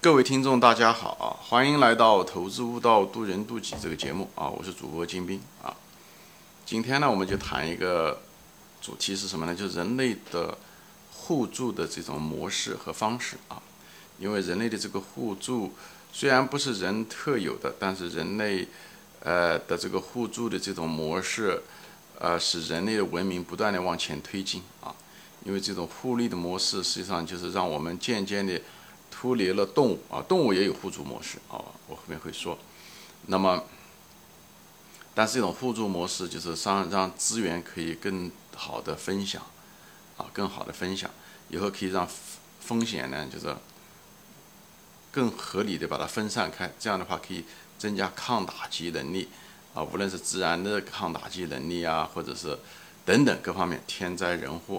各位听众，大家好啊！欢迎来到《投资悟道，渡人渡己》这个节目啊！我是主播金兵啊。今天呢，我们就谈一个主题是什么呢？就是人类的互助的这种模式和方式啊。因为人类的这个互助虽然不是人特有的，但是人类的这个互助的这种模式，使人类的文明不断的往前推进啊。因为这种互利的模式，实际上就是让我们渐渐的脱离了动物啊，动物也有互助模式啊，我后面会说。那么，但是这种互助模式就是让资源可以更好的分享啊，更好的分享，以后可以让风险呢，就是更合理的把它分散开，这样的话可以增加抗打击能力啊，无论是自然的抗打击能力啊，或者是等等各方面天灾人祸，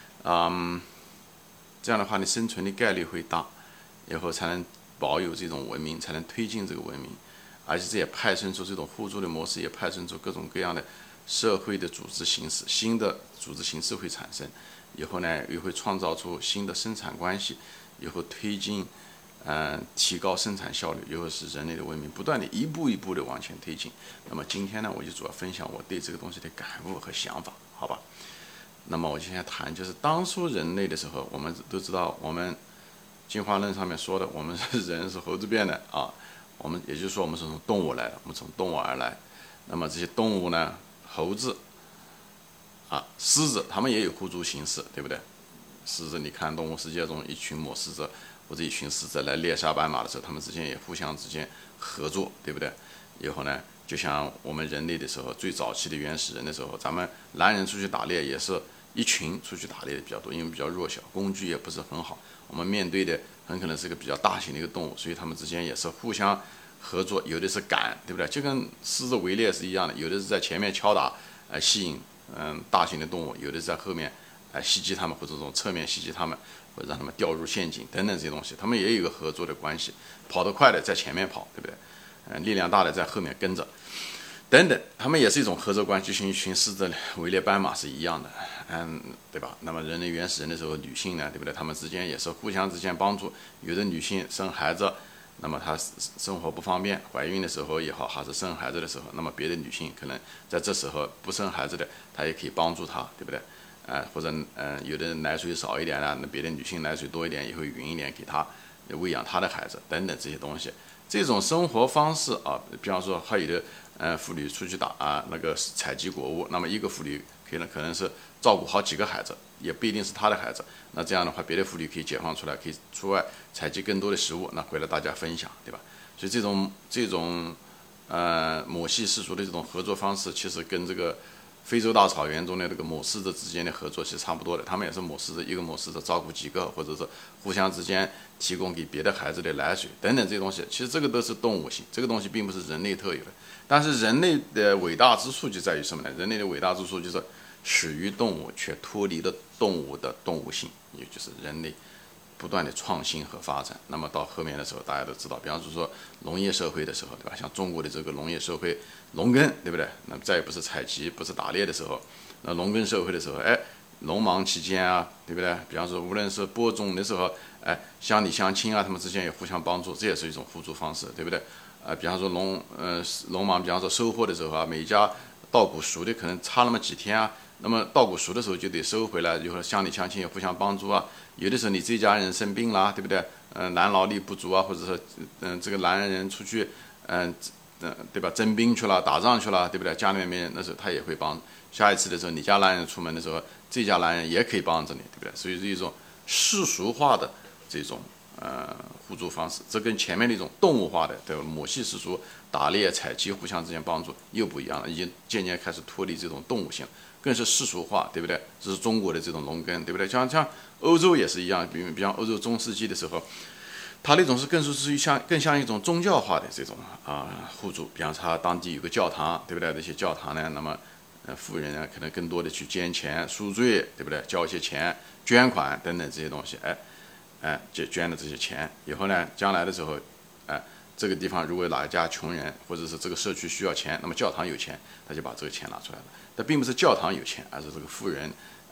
这样的话你生存的概率会大。以后才能保有这种文明，才能推进这个文明，而且这也派生出这种互助的模式，也派生出各种各样的社会的组织形式，新的组织形式会产生。以后呢，又会创造出新的生产关系，以后推进，提高生产效率，以后使人类的文明不断的一步一步的往前推进。那么今天呢，我就主要分享我对这个东西的感悟和想法，好吧？那么我今天谈就是当初人类的时候，我们都知道我们。进化论上面说的，我们是人是猴子变的啊，我们也就是说我们是从动物来的，我们从动物而来。那么这些动物呢，猴子啊、狮子，它们也有互助形式，对不对？狮子，你看动物世界中一群母狮子或者一群狮子来猎杀斑马的时候，它们之间也互相之间合作，对不对？以后呢，就像我们人类的时候，最早期的原始人的时候，咱们男人出去打猎也是一群出去打猎的比较多，因为比较弱小，工具也不是很好。我们面对的很可能是一个比较大型的一个动物，所以它们之间也是互相合作，有的是赶，对不对？就跟狮子围猎是一样的，有的是在前面敲打，吸引大型的动物，有的是在后面袭击它们，或者从侧面袭击它们，或者让它们掉入陷阱等等这些东西，它们也有一个合作的关系。跑得快的在前面跑，对不对？力量大的在后面跟着。等等，他们也是一种合作关系，就像一群狮子围猎斑马是一样的，对吧？那么人类原始人的时候，女性呢，对不对？他们之间也是互相之间帮助。有的女性生孩子，那么她生活不方便，怀孕的时候也好，还是生孩子的时候，那么别的女性可能在这时候不生孩子的，她也可以帮助她，对不对？或者有的奶水少一点啊，那别的女性奶水多一点，也会匀一点给她喂养她的孩子等等这些东西。这种生活方式啊，比方说还有的。妇女出去那个采集果物，那么一个妇女可能是照顾好几个孩子，也不一定是她的孩子。那这样的话，别的妇女可以解放出来，可以出外采集更多的食物，那回来大家分享，对吧？所以这种母系氏族的这种合作方式，其实跟这个非洲大草原中的这个母狮子之间的合作其实差不多的，他们也是母狮子，一个母狮子照顾几个，或者是互相之间提供给别的孩子的奶水等等这些东西，其实这个都是动物性，这个东西并不是人类特有的。但是人类的伟大之处就在于什么呢？人类的伟大之处就是始于动物，却脱离了动物的动物性，也就是人类不断的创新和发展。那么到后面的时候，大家都知道，比方说农业社会的时候，对吧？像中国的这个农业社会，农耕，对不对？那么再也不是采集，不是打猎的时候，那农耕社会的时候，农忙期间啊，对不对？比方说无论是播种的时候，乡里乡亲啊，他们之间也互相帮助，这也是一种互助方式，对不对？比方说农忙，比方说收获的时候啊，每家稻谷熟的可能差那么几天啊，那么稻谷熟的时候就得收回来，以后乡里乡亲也互相帮助啊。有的时候你这家人生病啦，对不对？男劳力不足啊，或者说这个男人出去对吧？征兵去了，打仗去了，对不对？家里面那时候他也会帮。下一次的时候，你家男人出门的时候，这家男人也可以帮着你，对不对？所以是一种世俗化的这种互助方式，这跟前面那种动物化的对吧？母系氏族打猎采集互相之间帮助又不一样了，已经渐渐开始脱离这种动物性，更是世俗化，对不对？这是中国的这种农耕，对不对？像欧洲也是一样，比方欧洲中世纪的时候。它那种是更属于更像一种宗教化的这种互助，比方说它当地有个教堂，对不对？这些教堂呢，那么富人呢可能更多的去捐钱赎罪，对不对？交一些钱捐款等等这些东西，捐的这些钱以后呢，将来的时候，这个地方如果哪一家穷人或者是这个社区需要钱，那么教堂有钱，他就把这个钱拿出来了。但并不是教堂有钱，而是这个富人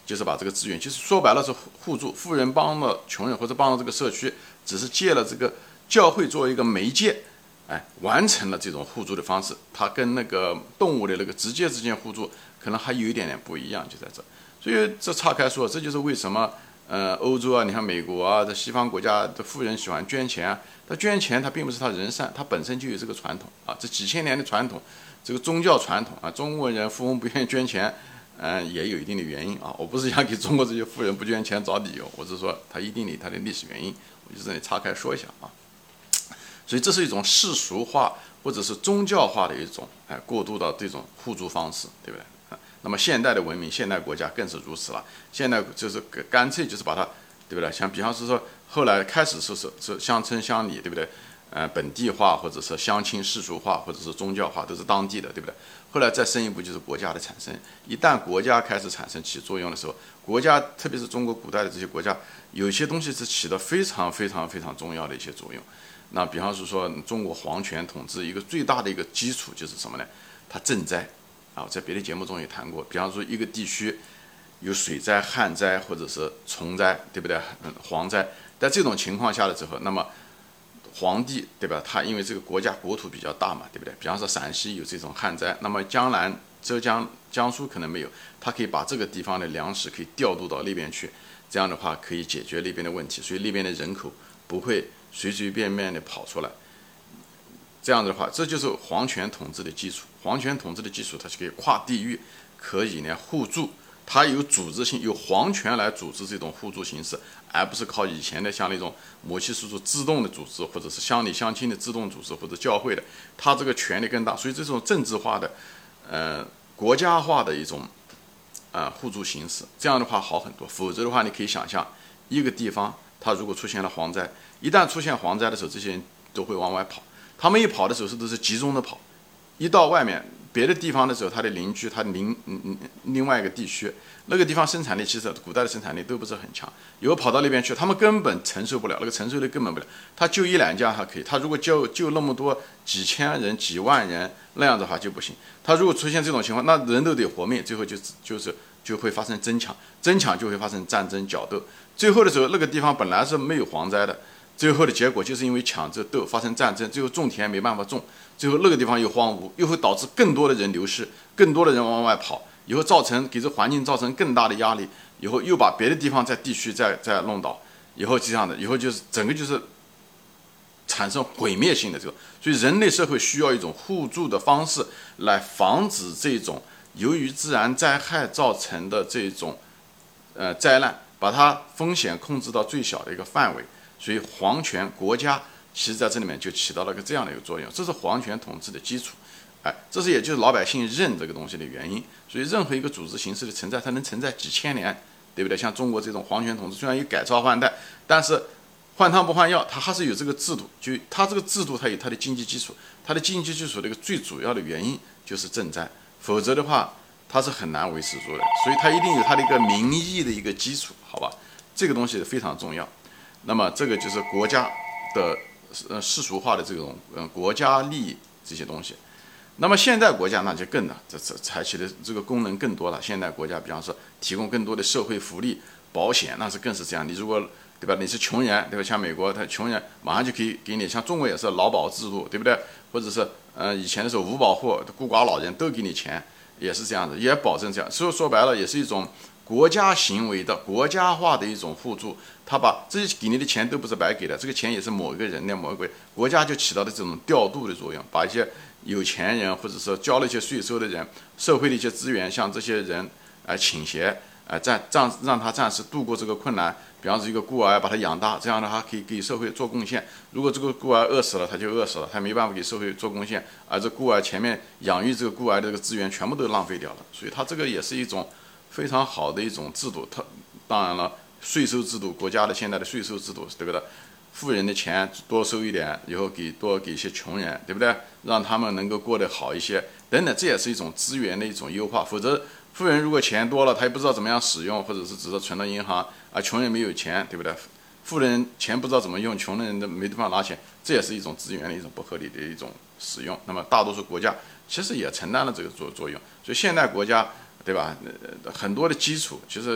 就是把这个资源，其实说白了是互助，富人帮了穷人或者帮了这个社区，只是借了这个教会作为一个媒介，完成了这种互助的方式。它跟那个动物的那个直接之间互助，可能还有一点点不一样，就在这。所以这岔开说，这就是为什么欧洲啊，你看美国啊，这西方国家的富人喜欢捐钱啊。他捐钱，他并不是他人善，他本身就有这个传统啊，这几千年的传统，这个宗教传统啊，中国人富翁不愿意捐钱。也有一定的原因啊，我不是想给中国这些富人不捐钱找理由，我是说他一定有他的历史原因，我就这里岔开说一下啊。所以这是一种世俗化或者是宗教化的一种过渡到这种互助方式，对不对？那么现代的文明，现代国家更是如此了，现在就是干脆就是把它，对不对？像比方说后来开始是乡村乡里，对不对？本地化或者是乡亲世俗化或者是宗教化都是当地的，对不对？后来再深一步就是国家的产生。一旦国家开始产生起作用的时候，国家特别是中国古代的这些国家，有些东西是起到非常非常非常重要的一些作用。那比方说中国皇权统治一个最大的一个基础就是什么呢？它赈灾啊，我在别的节目中也谈过。比方说一个地区有水灾、旱灾或者是虫灾，对不对？蝗灾，在这种情况下的时候，那么皇帝对吧？他因为这个国家国土比较大嘛，对不对？比方说陕西有这种旱灾，那么江南、浙江、江苏可能没有，他可以把这个地方的粮食可以调度到那边去，这样的话可以解决那边的问题，所以那边的人口不会随随便便的跑出来。这样的话，这就是皇权统治的基础。皇权统治的基础，它是可以跨地域，可以呢互助。它有组织性，有皇权来组织这种互助形式，而不是靠以前的像那种摩西叔叔自动的组织，或者是乡里乡亲的自动组织，或者教会的，它这个权力更大。所以这种政治化的、国家化的一种互助形式，这样的话好很多。否则的话，你可以想象，一个地方它如果出现了蝗灾，一旦出现蝗灾的时候，这些人都会往外跑。他们一跑的时候都是集中的跑，一到外面别的地方的时候，他的邻居，他另外一个地区，那个地方生产力其实古代的生产力都不是很强，有跑到那边去，他们根本承受不了，那个承受力根本不了。他救一两家还可以，他如果救那么多几千人、几万人那样的话就不行。他如果出现这种情况，那人都得活命，最后就会发生争抢，争抢就会发生战争角斗。最后的时候，那个地方本来是没有蝗灾的。最后的结果就是因为抢着斗发生战争，最后种田没办法种，最后那个地方又荒芜，又会导致更多的人流失，更多的人往外跑，以后造成给这环境造成更大的压力，以后又把别的地方在地区再弄倒，以后这样的，以后就是整个就是产生毁灭性的这个，所以人类社会需要一种互助的方式来防止这种由于自然灾害造成的这种灾难，把它风险控制到最小的一个范围。所以皇权国家其实在这里面就起到了这样的一个作用，这是皇权统治的基础，这是也就是老百姓认这个东西的原因。所以任何一个组织形式的存在，它能存在几千年，对不对？像中国这种皇权统治，虽然有改朝换代，但是换汤不换药，它还是有这个制度。就它这个制度，它有它的经济基础，它的经济基础的一个最主要的原因就是赈灾，否则的话它是很难维持住的。所以它一定有它的一个民意的一个基础，好吧？这个东西非常重要。那么这个就是国家的世俗化的这种国家利益这些东西。那么现代国家那就更了，这采取的这个功能更多了。现代国家比方说提供更多的社会福利、保险，那是更是这样。你如果对吧，你是穷人，对吧？像美国，他穷人马上就可以给你，像中国也是劳保制度，对不对？或者是以前的时候无保户、孤寡老人都给你钱，也是这样的，也保证这样。所以说白了，也是一种国家行为的国家化的一种互助，他把这些给你的钱都不是白给的，这个钱也是某一个人的某一个国家就起到的这种调度的作用，把一些有钱人或者说交了一些税收的人，社会的一些资源向这些人倾斜，让他暂时度过这个困难。比方说一个孤儿把他养大，这样的话可以给社会做贡献。如果这个孤儿饿死了，他就饿死了，他没办法给社会做贡献，而这孤儿前面养育这个孤儿的这个资源全部都浪费掉了，所以他这个也是一种非常好的一种制度。它当然了，税收制度，国家的现在的税收制度，对不对？富人的钱多收一点，以后多给一些穷人，对不对？让他们能够过得好一些，等等，这也是一种资源的一种优化。否则，富人如果钱多了，他也不知道怎么样使用，或者是只是存到银行，而穷人没有钱，对不对？富人钱不知道怎么用，穷人都没地方拿钱，这也是一种资源的一种不合理的一种使用。那么，大多数国家其实也承担了这个作用。所以，现代国家，对吧？很多的基础其实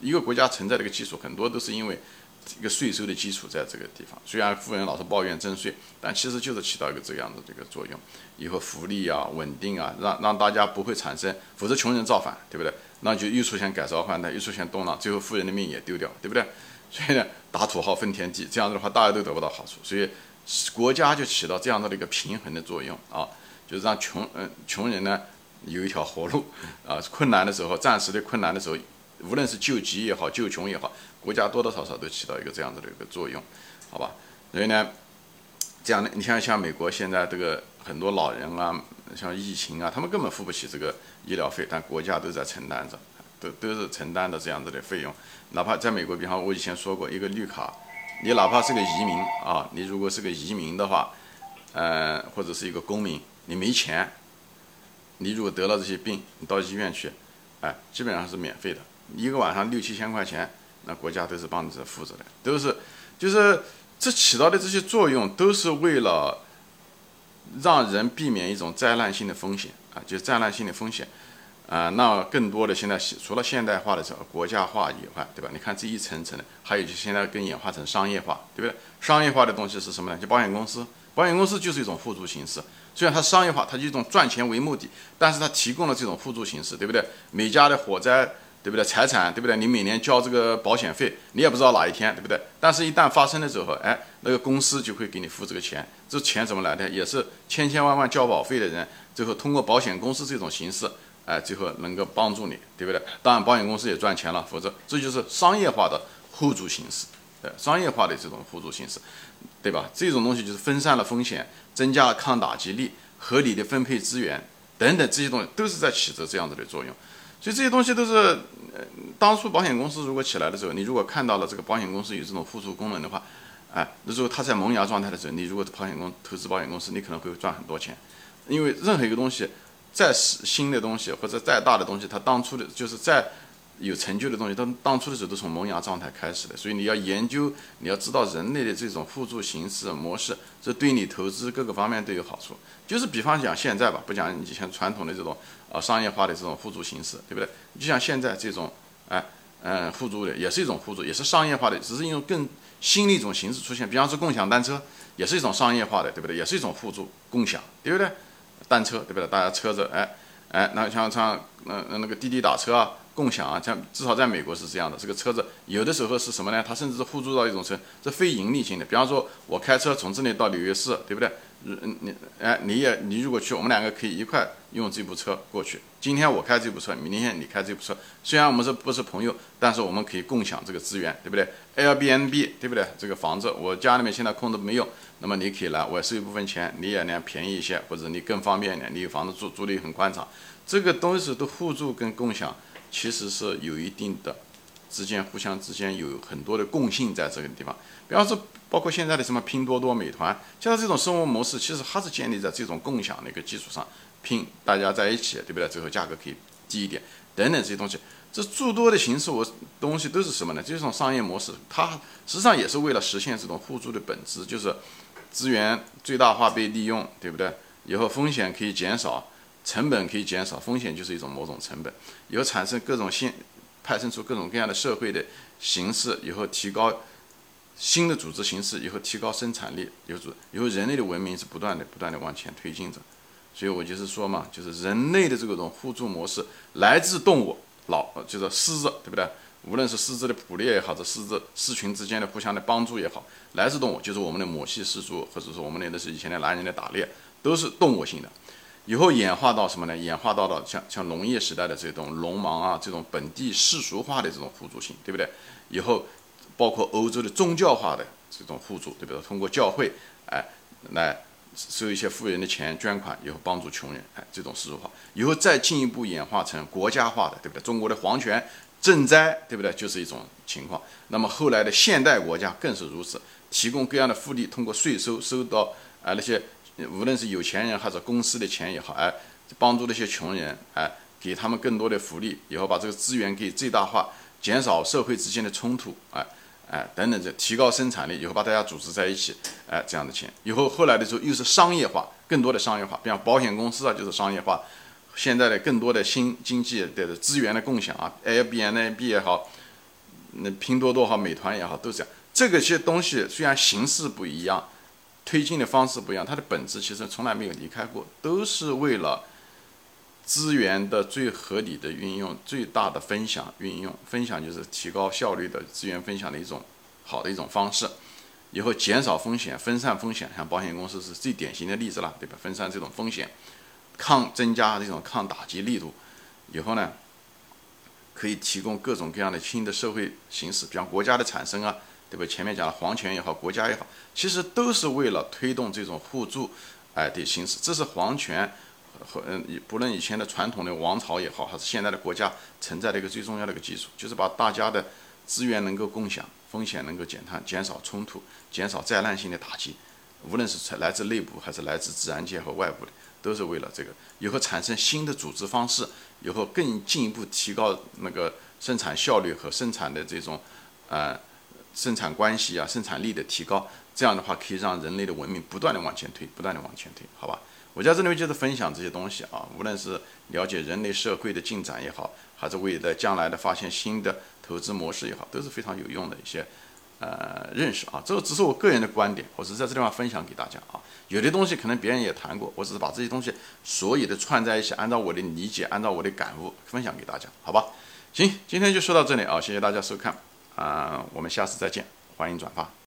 一个国家存在的一个基础，很多都是因为一个税收的基础在这个地方。虽然富人老是抱怨征税，但其实就是起到一个这样的这个作用。以后福利啊、稳定啊，让大家不会产生，否则穷人造反，对不对？那就又出现改朝换代，又出现动荡，最后富人的命也丢掉，对不对？所以呢，打土豪分田地，这样子的话，大家都得不到好处。所以国家就起到这样的一个平衡的作用啊，就是让穷人呢有一条活路啊，困难的时候，暂时的困难的时候，无论是救急也好，救穷也好，国家多多少少都起到一个这样的一个作用，好吧？所以呢，这样的你像美国现在这个很多老人啊，像疫情啊，他们根本付不起这个医疗费，但国家都在承担着，都是承担的这样子的费用。哪怕在美国，比方我以前说过，一个绿卡，你哪怕是个移民啊，你如果是个移民的话，或者是一个公民，你没钱，你如果得了这些病，你到医院去，基本上是免费的，一个晚上6、7千块钱，那国家都是帮你这付着的，都是就是这起到的这些作用，都是为了让人避免一种灾难性的风险啊，就是灾难性的风险。那更多的现在除了现代化的时候，国家化以外，对吧？你看这一层层的，还有就现在更演化成商业化，对不对？商业化的东西是什么呢？就保险公司，保险公司就是一种互助形式。虽然它商业化，它就一种赚钱为目的，但是它提供了这种互助形式，对不对？每家的火灾，对不对？财产，对不对？你每年交这个保险费，你也不知道哪一天，对不对？但是一旦发生的时候，那个公司就会给你付这个钱。这钱怎么来的？也是千万交保费的人，最后通过保险公司这种形式。最后能够帮助你，对不对？当然，保险公司也赚钱了，否则这就是商业化的互助形式，商业化的这种互助形式，对吧？这种东西就是分散了风险，增加了抗打击力，合理的分配资源等等，这些东西都是在起着这样子的作用。所以这些东西都是，当初保险公司如果起来的时候，你如果看到了这个保险公司有这种互助功能的话，那时候它在萌芽状态的时候，你如果投资保险公司，你可能会赚很多钱，因为任何一个东西。再新的东西或者再大的东西，它当初的就是再有成就的东西，它当初的时候都从萌芽状态开始的。所以你要研究，你要知道人类的这种互助形式模式，这对你投资各个方面都有好处。就是比方讲现在吧，不讲以前传统的这种商业化的这种互助形式，对不对？就像现在这种互助的也是一种互助，也是商业化的，只是用更新的一种形式出现。比方说共享单车，也是一种商业化的，对不对？也是一种互助共享，对不对？单车对不对？大家车子那像那个滴滴打车啊，共享啊，像至少在美国是这样的。这个车子有的时候是什么呢？它甚至是互助到一种这非盈利性的。比方说，我开车从这里到纽约市，对不对？你如果去，我们两个可以一块用这部车过去。今天我开这部车，明天你开这部车。虽然我们不是朋友，但是我们可以共享这个资源，对不对 ？Airbnb 对不对？这个房子我家里面现在空着没用，那么你可以来，我收一部分钱，你也能便宜一些，或者你更方便一点，你有房子租的很宽敞。这个东西的互助跟共享其实是有一定的互相之间有很多的共性在这个地方。比方说，包括现在的什么拼多多、美团，现在这种生活模式，其实它是建立在这种共享的一个基础上，大家在一起，对不对？最后价格可以低一点，等等这些东西。这诸多的形式东西都是什么呢？这种商业模式，它实际上也是为了实现这种互助的本质，就是资源最大化被利用，对不对？以后风险可以减少，成本可以减少，风险就是一种某种成本，以后产生各种派生出各种各样的社会的形式，以后提高新的组织形式，以后提高生产力，以后人类的文明是不断的往前推进着。所以我就是说嘛，就是人类的这种互助模式来自动物，就是狮子，对不对？无论是狮子的捕猎也好，这狮群之间的互相的帮助也好，来自动物，就是我们的母系氏族，或者说我们那是以前的男人的打猎，都是动物性的。以后演化到什么呢？演化到了像农业时代的这种农忙啊，这种本地世俗化的这种互助性，对不对？以后包括欧洲的宗教化的这种互助，对不对？通过教会来收一些富人的钱捐款，以后帮助穷人，这种世俗化，以后再进一步演化成国家化的，对不对？中国的皇权赈灾，对不对？就是一种情况。那么后来的现代国家更是如此，提供各样的福利，通过税收到那些无论是有钱人还是公司的钱也好，帮助那些穷人，给他们更多的福利，以后把这个资源给最大化，减少社会之间的冲突，等等，这提高生产力，以后把大家组织在一起，这样的钱，以后后来的时候又是商业化，更多的商业化，比方保险公司啊，就是商业化。现在的更多的新经济的资源的共享啊，Airbnb 也好， 那拼多多好，美团也好，都是这样。这些东西虽然形式不一样，推进的方式不一样，它的本质其实从来没有离开过，都是为了资源的最合理的运用，最大的分享运用。分享就是提高效率的资源分享的一种好的一种方式。以后减少风险，分散风险，像保险公司是最典型的例子了，对吧？分散这种风险，增加这种抗打击力度，以后呢，可以提供各种各样的新的社会形式，比方国家的产生啊，对吧？前面讲了皇权也好，国家也好，其实都是为了推动这种互助，的形式。这是皇权和不论以前的传统的王朝也好，还是现在的国家存在的一个最重要的一个基础，就是把大家的资源能够共享，风险能够减少冲突，减少灾难性的打击，无论是来自内部还是来自自然界和外部的，都是为了这个。以后产生新的组织方式，以后更进一步提高那个生产效率和生产的这种生产关系啊，生产力的提高，这样的话可以让人类的文明不断的往前推，不断的往前推，好吧？我在这里面就是分享这些东西啊，无论是了解人类社会的进展也好，还是为了将来的发现新的投资模式也好，都是非常有用的一些认识啊。这只是我个人的观点，我只是在这地方分享给大家啊。有的东西可能别人也谈过，我只是把这些东西所有的串在一起，按照我的理解，按照我的感悟分享给大家，好吧？行，今天就说到这里啊，谢谢大家收看我们下次再见，欢迎转发。